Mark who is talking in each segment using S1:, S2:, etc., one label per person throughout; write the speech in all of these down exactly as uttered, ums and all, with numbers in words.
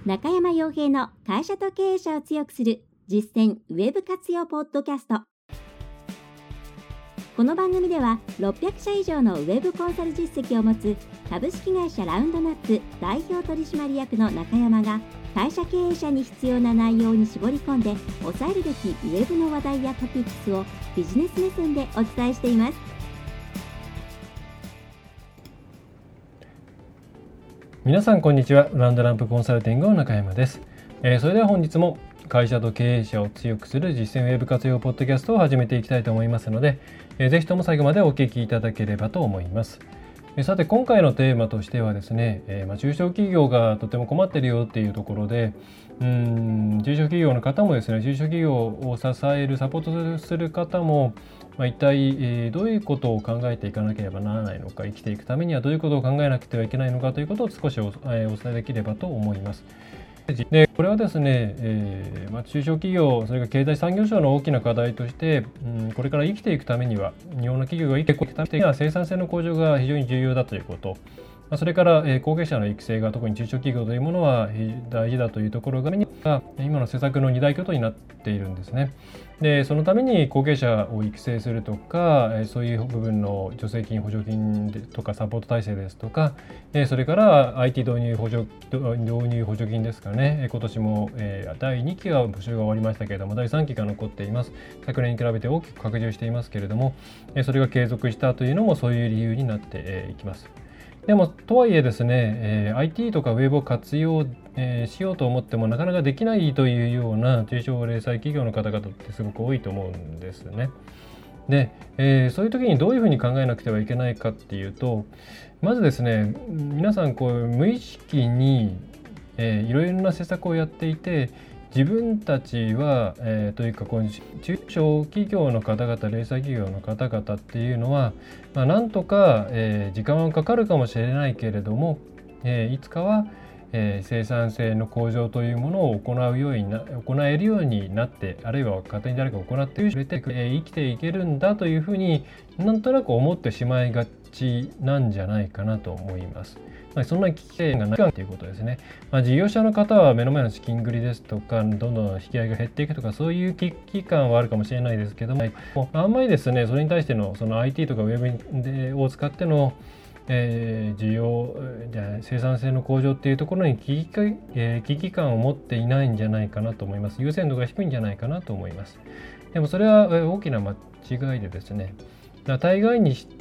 S1: 中山洋平の会社と経営者を強くする実践ウェブ活用ポッドキャスト。この番組ではろっぴゃくしゃ以上のウェブコンサル実績を持つ株式会社ラウンドナップ代表取締役の中山が会社経営者に必要な内容に絞り込んで抑えるべきウェブの話題やトピックスをビジネス目線でお伝えしています。
S2: 皆さんこんにちは。ラウンドナップコンサルティングの中山です。えー、それでは本日も会社と経営者を強くする実践ウェブ活用ポッドキャストを始めていきたいと思いますので、えー、ぜひとも最後までお聞きいただければと思います。えー、さて今回のテーマとしてはですね、えーまあ、中小企業がとても困っているよっていうところで、うーん中小企業の方もですね、中小企業を支えるサポートする方も、まあ、一体、えー、どういうことを考えていかなければならないのか、生きていくためにはどういうことを考えなくてはいけないのかということを少し お,、えー、お伝えできればと思います。でこれはですね、えーまあ、中小企業、それから経済産業省の大きな課題として、うん、これから生きていくためには、日本の企業が生きていくためには生産性の向上が非常に重要だということ、まあ、それから、えー、後継者の育成が特に中小企業というものは大事だというところが今の施策の二大巨頭になっているんですね。でそのために後継者を育成するとか、そういう部分の助成金、補助金とかサポート体制ですとか、それから アイティー 導入補助導入補助金ですかね。今年もだいにきは募集が終わりましたけれども、だいさんきが残っています。昨年に比べて大きく拡充していますけれども、それが継続したというのもそういう理由になっていきます。でもとはいえですね、えー、アイティー とかウェブを活用、えー、しようと思ってもなかなかできないというような中小零細企業の方々ってすごく多いと思うんですね。で、えー、そういう時にどういうふうに考えなくてはいけないかっていうと、まずですね、皆さんこう無意識に、えー、いろいろな施策をやっていて、自分たちは、えー、というかこう中小企業の方々、零細企業の方々っていうのは、まあ、なんとか、えー、時間はかかるかもしれないけれども、えー、いつかは、えー、生産性の向上というものを行うようにな行えるようになって、あるいは勝手に誰か行ってくれて、えー、生きていけるんだというふうになんとなく思ってしまいがちなんじゃないかなと思います。まあ、そんな危険がないということですね。まあ、事業者の方は目の前の資金繰りですとか、どんどん引き合いが減っていくとか、そういう危機感はあるかもしれないですけども、あんまりですね、それに対してのその アイティー とかウェブでを使っての、えー、需要、生産性の向上っていうところに危機か、えー、危機感を持っていないんじゃないかなと思います。優先度が低いんじゃないかなと思います。でもそれは大きな間違いでですね、大概にして、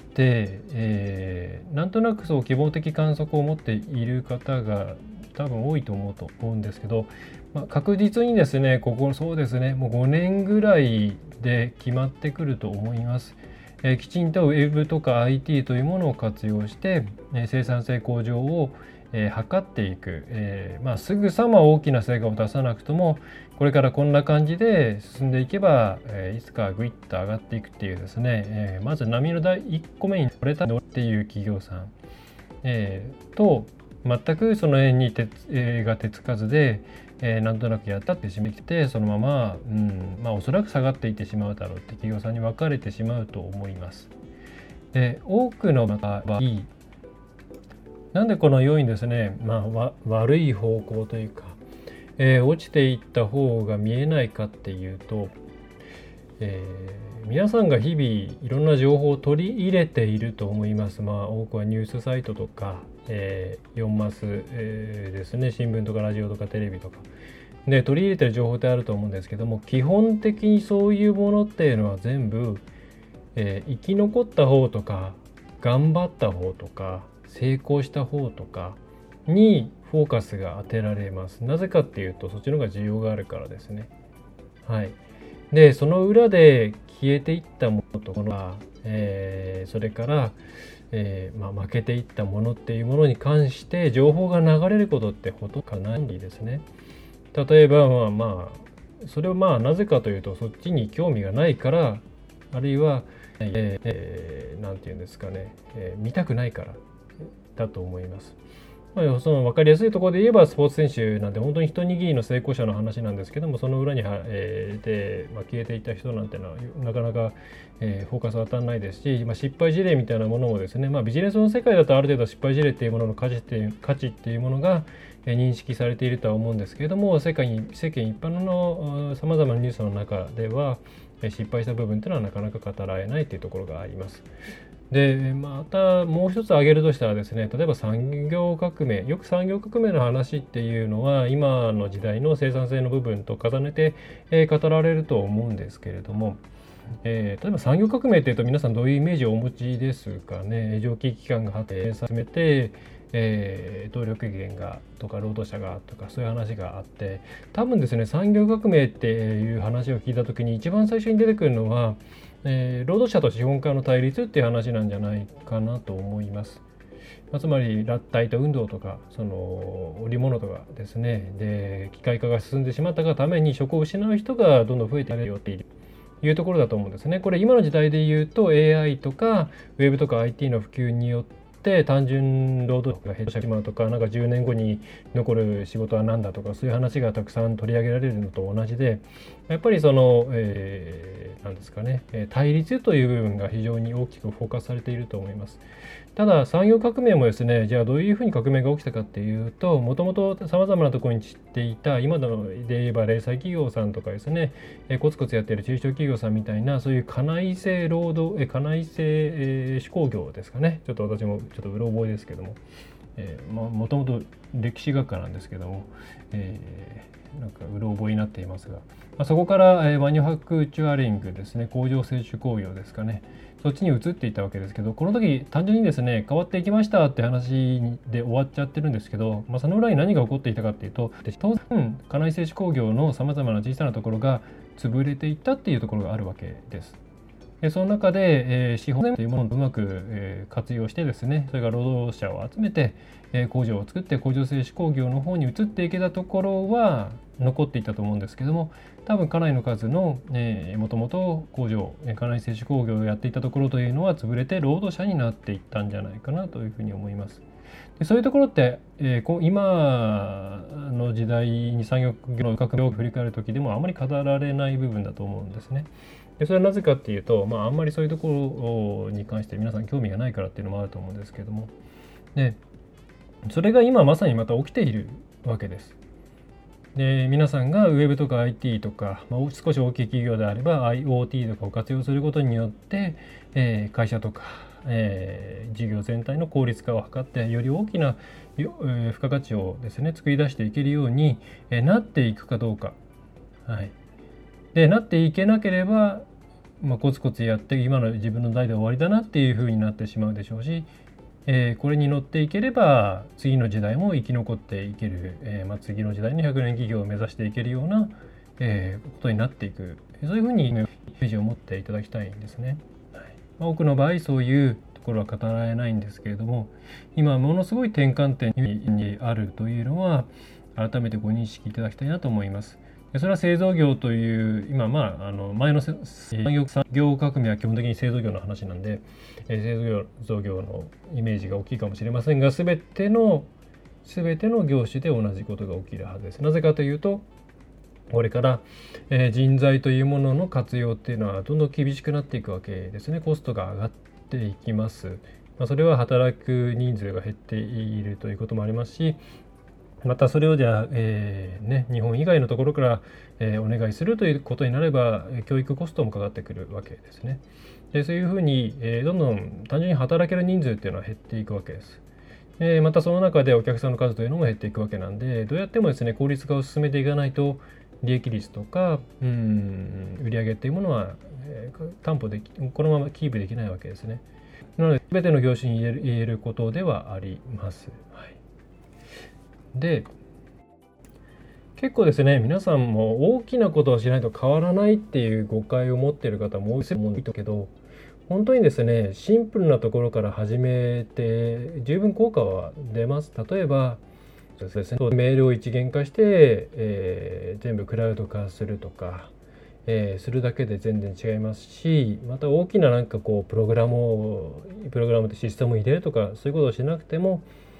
S2: えー、なんとなくそう希望的観測を持っている方が多分多いと思うと思うんですけど、まあ、確実にですね、ここそうですね、もうごねんぐらいで決まってくると思います。えー、きちんとウェブとか アイティー というものを活用して、えー、生産性向上をえー、測っていく、えーまあ、すぐさま大きな成果を出さなくとも、これからこんな感じで進んでいけば、えー、いつかグイッと上がっていくっていうですね、えー、まず波の第いっこめに乗れたっていう企業さん、えー、と全くその辺に手、えー、が手つかずで、えー、なんとなくやったって締め切ってそのまま、うんまあ、おそらく下がっていってしまうだろうって企業さんに分かれてしまうと思います。で多くの場合なんでこの要因ですね、まあ、悪い方向というか、えー、落ちていった方が見えないかっていうと、えー、皆さんが日々いろんな情報を取り入れていると思います。まあ、多くはニュースサイトとか、えー、よんマス、えー、ですね、新聞とかラジオとかテレビとかで取り入れてる情報ってあると思うんですけども、基本的にそういうものっていうのは全部、えー、生き残った方とか頑張った方とか成功した方とかにフォーカスが当てられます。なぜかっていうと、そっちの方が需要があるからですね。はい。で、その裏で消えていったものとか、えー、それから、えーまあ、負けていったものっていうものに関して情報が流れることってほとんどないですね。例えば、まあまあ、それはまあなぜかというと、そっちに興味がないから、あるいは、えー、なんていうんですかね、えー、見たくないからだと思います。 まあ、その分かりやすいところで言えばスポーツ選手なんて本当に一握りの成功者の話なんですけども、その裏には、えーでまあ、消えていった人なんてのはなかなか、えー、フォーカス当たらないですし、まあ、失敗事例みたいなものもですね、まあ、ビジネスの世界だとある程度失敗事例っていうものの価値っていう価値っていうものが、えー、認識されているとは思うんですけれども、世界に世間一般のさまざまなニュースの中では、えー、失敗した部分っていうのはなかなか語られないというところがあります。でまたもう一つ挙げるとしたらですね、例えば産業革命、よく産業革命の話っていうのは今の時代の生産性の部分と重ねて、えー、語られると思うんですけれども、えー、例えば産業革命っていうと皆さんどういうイメージをお持ちですかね。蒸気機関が発展させて、えー、動力源がとか労働者がとかそういう話があって、多分ですね産業革命っていう話を聞いた時に一番最初に出てくるのは、えー、労働者と資本家の対立っていう話なんじゃないかなと思います。まあ、つまりラッタイト運動とかその織物とかですね、で機械化が進んでしまったがために職を失う人がどんどん増えているよっていうところだと思うんですね。これ今の時代で言うと エーアイ とかウェブとか アイティー の普及によって単純労働力が減ってしまうとか、なんかじゅうねんごに残る仕事は何だとかそういう話がたくさん取り上げられるのと同じで、やっぱりその、えー、なんですかね、対立という部分が非常に大きくフォーカスされていると思います。ただ産業革命もですね、じゃあどういうふうに革命が起きたかっていうと、もともとさまざまなところに散っていた今ので言えば零細企業さんとかですね、えコツコツやっている中小企業さんみたいなそういう家内製労働え家内製、えー、手工業ですかね。ちょっと私もちょっとうろ覚えですけども、えー、まあもともと歴史学科なんですけども、えー、なんかうろ覚えになっていますが、まあ、そこから、えー、マニュファクチュアリングですね、工場製手工業ですかね、そっちに移っていったわけですけど、この時単純にですね変わっていきましたって話で終わっちゃってるんですけど、まあ、その裏に何が起こっていたかっていうと、当然家内製手工業のさまざまな小さなところが潰れていったっていうところがあるわけです。でその中で、えー、資本というものをうまく、えー、活用してですね、それから労働者を集めて、えー、工場を作って工場製手工業の方に移っていけたところは残っていたと思うんですけども、多分かなりの数のもともと工場家内製手工業をやっていたところというのは潰れて労働者になっていったんじゃないかなというふうに思います。でそういうところって、えー、今の時代に産業の革命を振り返る時でもあまり語られない部分だと思うんですね。でそれはなぜかっていうと、まあ、あんまりそういうところに関して皆さん興味がないからっていうのもあると思うんですけども、でそれが今まさにまた起きているわけです。で皆さんがウェブとか アイティー とか、まあ、少し大きい企業であれば アイオーティー とかを活用することによって、えー、会社とか、えー、事業全体の効率化を図ってより大きな、えー、付加価値をですね作り出していけるように、えー、なっていくかどうか、はい、でなっていけなければ、まあ、コツコツやって今の自分の代で終わりだなっていうふうになってしまうでしょうし、えー、これに乗っていければ次の時代も生き残っていける、えーまあ、次の時代のひゃくねん企業を目指していけるような、えー、ことになっていく、そういうふうにイメージを持っていただきたいんですね。はい、まあ、多くの場合そういうところは語られないんですけれども、今ものすごい転換点にあるというのは改めてご認識いただきたいなと思います。それは製造業という今まああの前の産業産業革命は基本的に製造業の話なんで、えー、製造業のイメージが大きいかもしれませんが、全ての全ての業種で同じことが起きるはずです。なぜかというと、これから、えー、人材というものの活用っていうのはどんどん厳しくなっていくわけですね。コストが上がっていきます。まあ、それは働く人数が減っているということもありますし、またそれをじゃあ、えーね、日本以外のところから、えー、お願いするということになれば教育コストもかかってくるわけですね。でそういうふうに、えー、どんどん単純に働ける人数っていうのは減っていくわけです。でまたその中でお客さんの数というのも減っていくわけなんで、どうやってもですね効率化を進めていかないと利益率とかうん売上っていうものは、えー、担保できこのままキープできないわけですね。なので全ての業種に言える、言えることではあります。はい、で結構ですね、皆さんも大きなことをしないと変わらないっていう誤解を持っている方も多いと思うんですけど、本当にですねシンプルなところから始めて十分効果は出ます。例えばそうですね、メールを一元化して、えー、全部クラウド化するとか、えー、するだけで全然違いますし、また大きななんかこうプログラムをプログラムとシステムを入れるとかそういうことをしなくても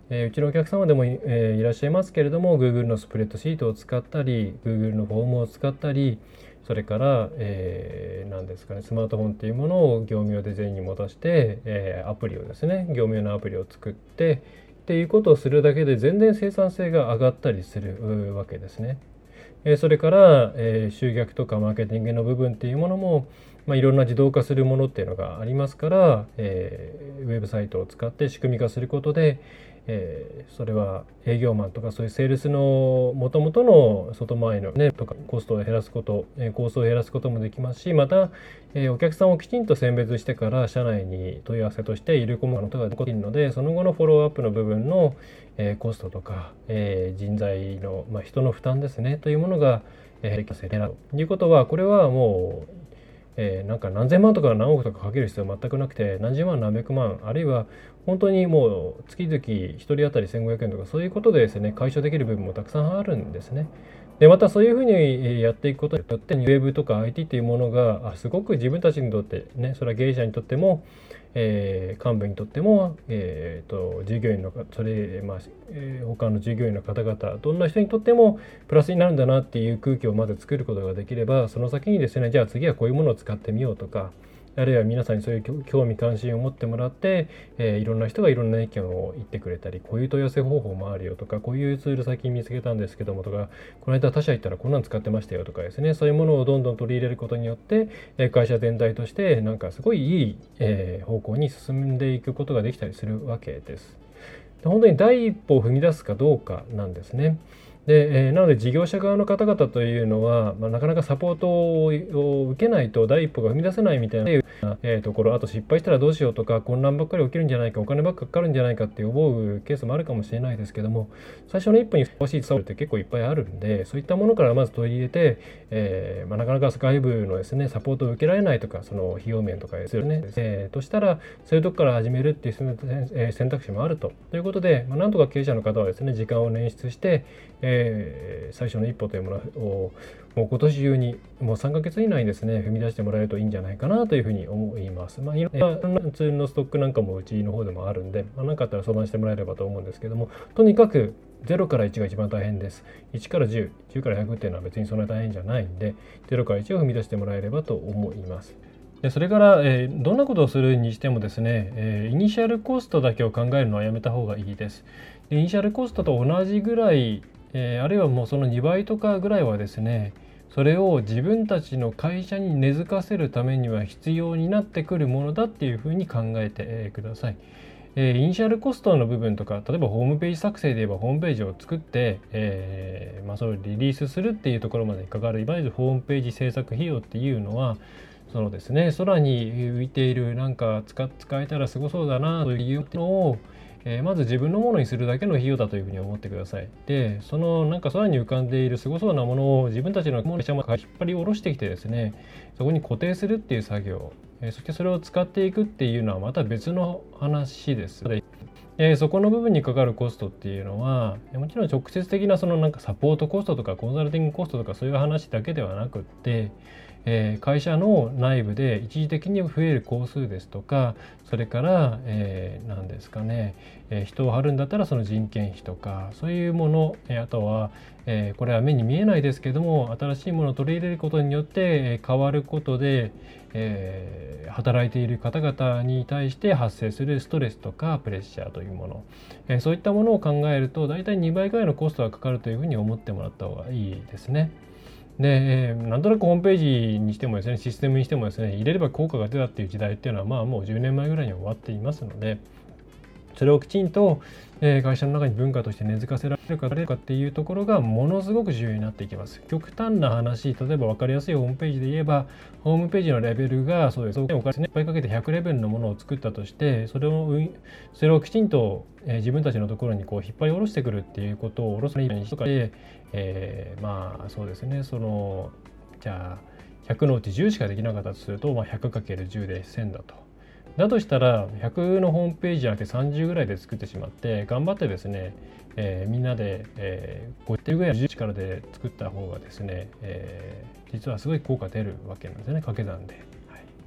S2: えー、うちのお客様でも、えー、いらっしゃいますけれども Google のスプレッドシートを使ったり Google のフォームを使ったりそれから、えー、何ですかね、スマートフォンっていうものを業務用デザインに持たして、えー、アプリをですね、業務用のアプリを作ってっていうことをするだけで全然生産性が上がったりするわけですね。えー、それから、えー、集客とかマーケティングの部分っていうものも、まあ、いろんな自動化するものっていうのがありますから、えー、ウェブサイトを使って仕組み化することで、えー、それは営業マンとかそういうセールスのもともとの外回りのねとかコストを減らすこと、えー、コストを減らすこともできますし、また、えー、お客さんをきちんと選別してから社内に問い合わせとして入れ込むことができるので、その後のフォローアップの部分の、えー、コストとか、えー、人材の、まあ、人の負担ですねというものが減りますということは、これはもうえー、なんか何千万とか何億とかかける必要は全くなくて、何十万何百万あるいは本当にもう月々ひとり当たりせんごひゃくえんとかそういうことでですね解消できる部分もたくさんあるんですね。でまたそういうふうにやっていくことによってウェブとか アイティー というものがすごく自分たちにとってね、それは経営者にとっても、えー、幹部にとっても、えー、と従業員のそれ、まあえー、他の従業員の方々どんな人にとってもプラスになるんだなっていう空気をまず作ることができれば、その先にですね、じゃあ次はこういうものを使ってみようとか、あるいは皆さんにそういう興味関心を持ってもらって、えー、いろんな人がいろんな意見を言ってくれたり、こういう問い合わせ方法もあるよとか、こういうツール最近見つけたんですけどもとか、この間他社行ったらこんなの使ってましたよとかですね、そういうものをどんどん取り入れることによって、え会社全体としてなんかすごいいい、えー、方向に進んでいくことができたりするわけです。で本当に第一歩を踏み出すかどうかなんですね。で、えー、なので事業者側の方々というのは、まあ、なかなかサポートを受けないと第一歩が踏み出せないみたいな、えー、ところ、あと失敗したらどうしようとか混乱ばっかり起きるんじゃないか、お金ばっかかかるんじゃないかって思うケースもあるかもしれないですけども、最初の一歩にふさわしい伝わるって結構いっぱいあるんで、そういったものからまず取り入れて、えーまあ、なかなか外部のですねサポートを受けられないとか、その費用面とかですよね、えー、としたらそういうとこから始めるっていう選択肢もあるとということで、まあ、なんとか経営者の方はですね時間を捻出して、えー、最初の一歩というものをもう今年中にもうさんかげつ以内にですね踏み出してもらえるといいんじゃないかなというふうに思います。まあ、いろんなツールのストックなんかもうちの方でもあるんで、まあ、何かあったら相談してもらえればと思うんですけども、とにかくゼロからいちが一番大変です。いちからじゅう、じゅうからひゃくっていうのは別にそんな大変じゃないんで、ゼロからいちを踏み出してもらえればと思います。でそれから、えー、どんなことをするにしてもですね、えー、イニシャルコストだけを考えるのはやめた方がいいです。でイニシャルコストと同じぐらい、えー、あるいはもうそのにばいとかぐらいはですね、それを自分たちの会社に根付かせるためには必要になってくるものだっていうふうに考えてください。えー、イニシャルコストの部分とか、例えばホームページ作成で言えばホームページを作って、えーまあ、それをリリースするっていうところまでにかかるいわゆるホームページ制作費用っていうのは、そのですね、空に浮いているなんか 使, 使えたらすごそうだなというのを、えー、まず自分のものにするだけの費用だというふうに思ってください。で、そのなんか空に浮かんでいるすごそうなものを自分たちの会社まで引っ張り下ろしてきてですね、そこに固定するっていう作業、えー、そしてそれを使っていくっていうのはまた別の話です。えー、そこの部分にかかるコストっていうのはもちろん直接的なそのなんかサポートコストとかコンサルティングコストとかそういう話だけではなくって、えー、会社の内部で一時的に増える工数ですとか、それから、えー、何ですかね、えー、人を張るんだったらその人件費とかそういうもの、えー、あとは、えー、これは目に見えないですけども新しいものを取り入れることによって、えー、変わることで、えー、働いている方々に対して発生するストレスとかプレッシャーというもの、えー、そういったものを考えると大体にばいぐらいのコストがかかるというふうに思ってもらった方がいいですね。で、なんとなくホームページにしてもですね、システムにしてもですね、入れれば効果が出たっていう時代っていうのはまあもうじゅうねんまえぐらいには終わっていますので、それをきちんと会社の中に文化として根付かせられるかどうかっていうところがものすごく重要になっていきます。極端な話、例えば分かりやすいホームページで言えば、ホームページのレベルがそうです。お金いっぱいかけてひゃくレベルのものを作ったとして、それをそれをきちんと自分たちのところにこう引っ張り下ろしてくるっていうことを下ろすようにとかで、えー、まあそうですね、そのじゃあひゃくのうちじゅうしかできなかったとすると、まあ、ひゃくかけるじゅうでせんだと。だとしたらひゃくのホームページじゃなくてさんじゅうぐらいで作ってしまって頑張ってですね、えー、みんなで、えー、ごじゅうぐらいの力で作った方がですね、えー、実はすごい効果出るわけなんですね、掛け算で。はい、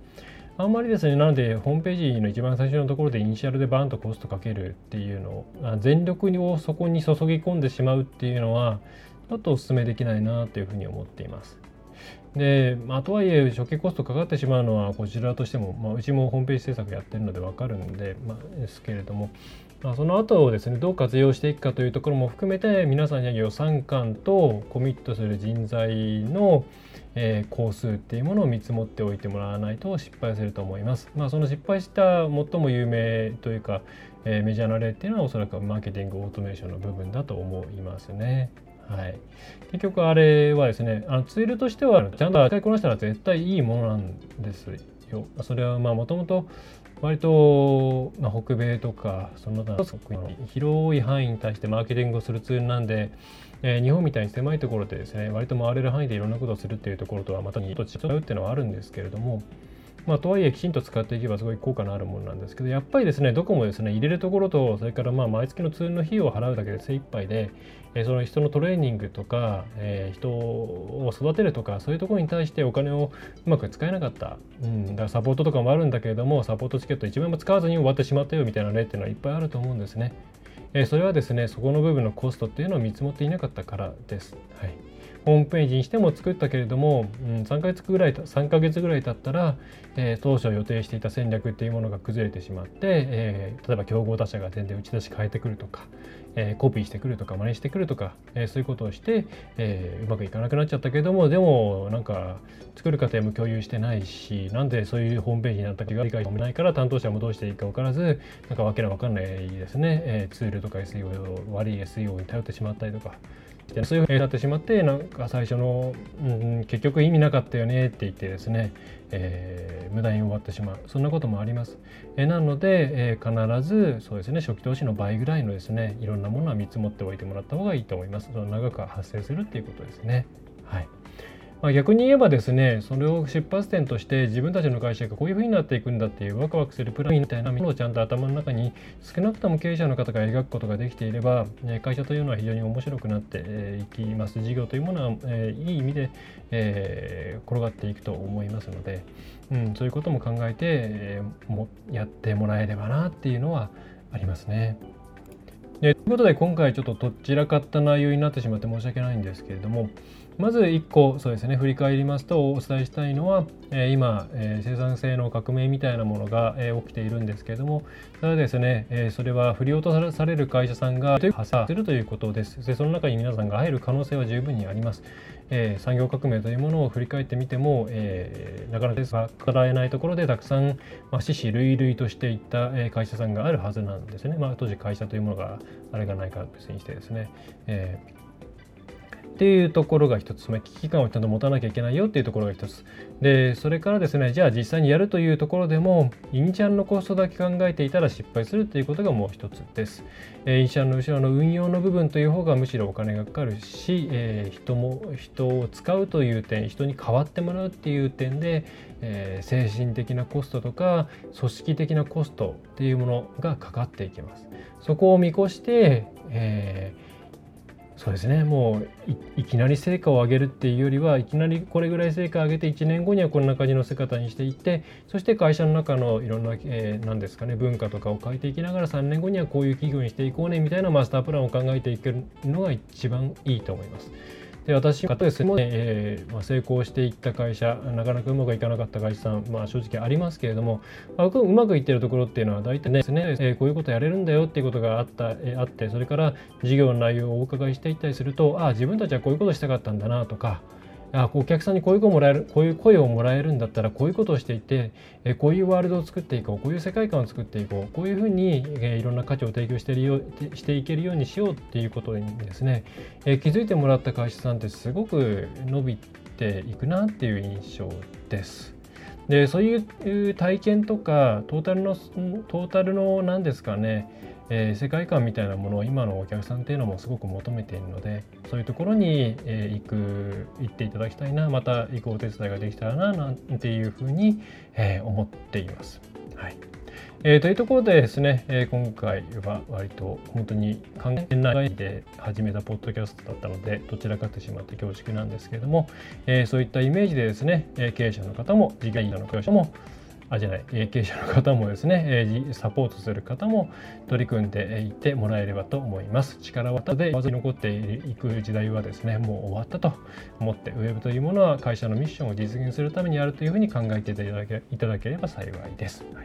S2: あんまりですね、なのでホームページの一番最初のところでイニシャルでバーンとコストかけるっていうのを全力をそこに注ぎ込んでしまうっていうのはちょっとお勧めできないなというふうに思っています。で、まあ、とはいえ初期コストかかってしまうのはこちらとしても、まあ、うちもホームページ制作やってるので分かるので、まあ、ですけれども、まあ、その後をですねどう活用していくかというところも含めて皆さんには予算感とコミットする人材のえー、工数っていうものを見積もっておいてもらわないと失敗すると思います。まあ、その失敗した最も有名というか、えー、メジャーな例っていうのはおそらくマーケティングオートメーションの部分だと思いますね。はい、結局あれはですね、あのツールとしてはちゃんと使いこなしたら絶対いいものなんですよ。それはまあもともと割と、まあ、北米とかその他の広い範囲に対してマーケティングをするツールなんで、えー、日本みたいに狭いところでですね割と回れる範囲でいろんなことをするっていうところとはまたちょっと違うっていうのはあるんですけれども、まあ、とはいえきちんと使っていけばすごい効果のあるものなんですけど、やっぱりですねどこもですね入れるところとそれからまあ毎月のツールの費用を払うだけで精一杯で、えー、その人のトレーニングとか、えー、人を育てるとかそういうところに対してお金をうまく使えなかった、うん、だからサポートとかもあるんだけれどもサポートチケットいちまんえんも使わずに終わってしまったよみたいな例っていうのはいっぱいあると思うんですね。えー、それはですねそこの部分のコストっていうのを見積もっていなかったからです。はい、ホームページにしても作ったけれども、うん、さんかげつぐらいさんかげつぐらい経ったら、えー、当初予定していた戦略っていうものが崩れてしまって、えー、例えば競合他社が全然打ち出し変えてくるとか、えー、コピーしてくるとか真似してくるとか、えー、そういうことをして、えー、うまくいかなくなっちゃったけれども、でもなんか作る過程も共有してないし、なんでそういうホームページになったかが理解もないから担当者もどうしていいか分からず、なんかわけのわかんないですね、えー、ツールとか エスイーオー 悪い エスイーオー に頼ってしまったりとか。そういうふうになってしまってなんか最初の、うん、結局意味なかったよねって言ってですね、えー、無駄に終わってしまう、そんなこともあります。えー、なので、えー、必ずそうですね初期投資の倍ぐらいのですねいろんなものは見積もっておいてもらった方がいいと思います。その長く発生するっていうことですね。はい。まあ、逆に言えばですねそれを出発点として自分たちの会社がこういうふうになっていくんだっていうワクワクするプランみたいなものをちゃんと頭の中に少なくとも経営者の方が描くことができていれば会社というのは非常に面白くなっていきます。事業というものは、えー、いい意味で、えー、転がっていくと思いますので、うん、そういうことも考えて、えー、もやってもらえればなっていうのはありますね。でということで今回ちょっとどちらかった内容になってしまって申し訳ないんですけれども、まずいっこそうですね振り返りますとお伝えしたいのは、えー、今、えー、生産性の革命みたいなものが、えー、起きているんですけれども、ただですね、えー、それは振り落とされる会社さんが発生するということです。でその中に皆さんが入る可能性は十分にあります。えー、産業革命というものを振り返ってみても、えー、なかなか語えないところでたくさん、まあ、死死類類としていった会社さんがあるはずなんですね。まあ、当時会社というものがあれがないか別にしてですね、えーっていうところが一つ、危機感をちゃんと持たなきゃいけないよっていうところが一つで、それからですねじゃあ実際にやるというところでもイニシャルのコストだけ考えていたら失敗するということがもう一つです。えー、イニシャルの後ろの運用の部分という方がむしろお金がかかるし、えー、人も人を使うという点、人に代わってもらうっていう点で、えー、精神的なコストとか組織的なコストっていうものがかかっていきます。そこを見越して、えーそうですね、もう い, いきなり成果を上げるっていうよりはいきなりこれぐらい成果を上げていちねんごにはこんな感じの姿にしていって、そして会社の中のいろんな、えー、何ですかね文化とかを変えていきながらさんねんごにはこういう企業にしていこうねみたいなマスタープランを考えていけるのが一番いいと思います。で私はですね、えーまあ、成功していった会社、なかなかうまくいかなかった会社さん、まあ、正直ありますけれども、まあ、うまくいっているところっていうのは大体ですね、えー、こういうことやれるんだよっていうことがあった、えー、あって、それから事業の内容をお伺いしていったりすると、ああ自分たちはこういうことしたかったんだなとか、あお客さんにこういう声をもらえる、こういう声をもらえるんだったらこういうことをしていて、えこういうワールドを作っていこう、こういう世界観を作っていこう、こういうふうに、えいろんな価値を提供しているよしていけるようにしようっていうことにですね、え気づいてもらった会社さんってすごく伸びていくなっていう印象です。でそういう体験とかトータルのトータルの何ですかね、えー、世界観みたいなものを今のお客さんっていうのもすごく求めているので、そういうところに、えー、行く行っていただきたいな、また行くお手伝いができたらななんていうふうに、えー、思っています。はい。えー、というところでですね、えー、今回は割と本当に関係ないで始めたポッドキャストだったので、どちらかってしまって恐縮なんですけれども、えー、そういったイメージでですね、経営者の方も事業者の会社もあじゃない経営者の方もですね、サポートする方も取り組んでいってもらえればと思います。力技で残っていく時代はですね、もう終わったと思って、ウェブというものは会社のミッションを実現するためにあるというふうに考えていただけ、いただければ幸いです。はい、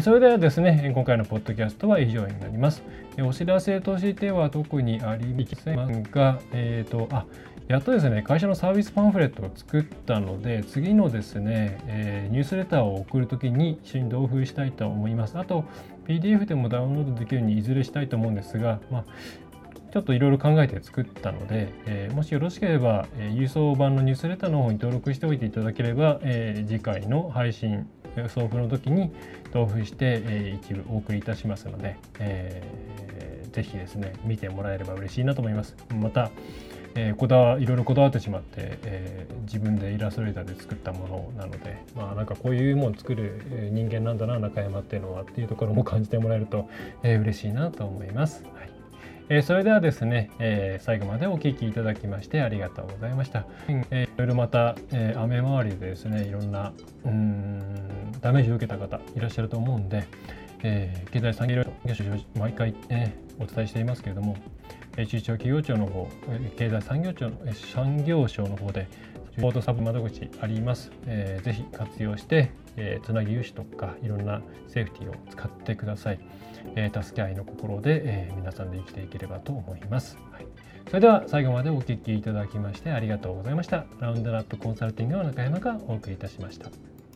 S2: それではですね、今回のポッドキャストは以上になります。お知らせとしては特にありませんが、えーと、あ、やっとですね、会社のサービスパンフレットを作ったので、次のですね、えー、ニュースレターを送るときに一緒に同封したいと思います。あと、ピーディーエフ でもダウンロードできるようにいずれしたいと思うんですが、まあ、ちょっといろいろ考えて作ったので、えー、もしよろしければ、えー、郵送版のニュースレターの方に登録しておいていただければ、えー、次回の配信、送付の時に同封して、えー、一部お送りいたしますので、えー、ぜひですね、見てもらえれば嬉しいなと思います。また、えー、こだわいろいろこだわってしまって、えー、自分でイラストレーターで作ったものなので、まあなんかこういうものを作る人間なんだな中山っていうのはっていうところも感じてもらえると、えー、嬉しいなと思います。はい、えー、それではですね、えー、最後までお聞きいただきましてありがとうございました。えー、いろいろまた、えー、雨回りでですね、いろんなうーんダメージを受けた方いらっしゃると思うんで、えー、経済産業省毎回、ね、お伝えしていますけれども、中小企業庁の方、経済産業庁産業省の方でサポートサブ窓口あります。えー、ぜひ活用して、えー、つなぎ融資とかいろんなセーフティーを使ってください。えー、助け合いの心で、えー、皆さんで生きていければと思います。はい、それでは最後までお聞きいただきましてありがとうございました。ラウンドナップコンサルティングの中山がお送りいたしました。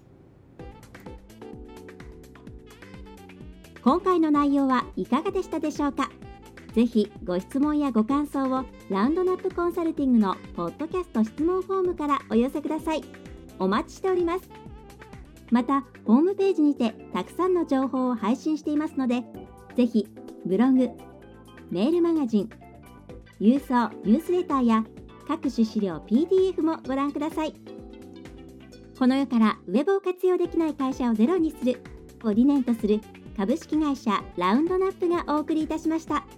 S1: 今回の内容はいかがでしたでしょうか。ぜひご質問やご感想をラウンドナップコンサルティングのポッドキャスト質問フォームからお寄せください。お待ちしております。またホームページにてたくさんの情報を配信していますので、ぜひブログ、メールマガジン、郵送ニュースレターや各種資料 ピーディーエフ もご覧ください。この世からウェブを活用できない会社をゼロにするを理念とする株式会社ラウンドナップがお送りいたしました。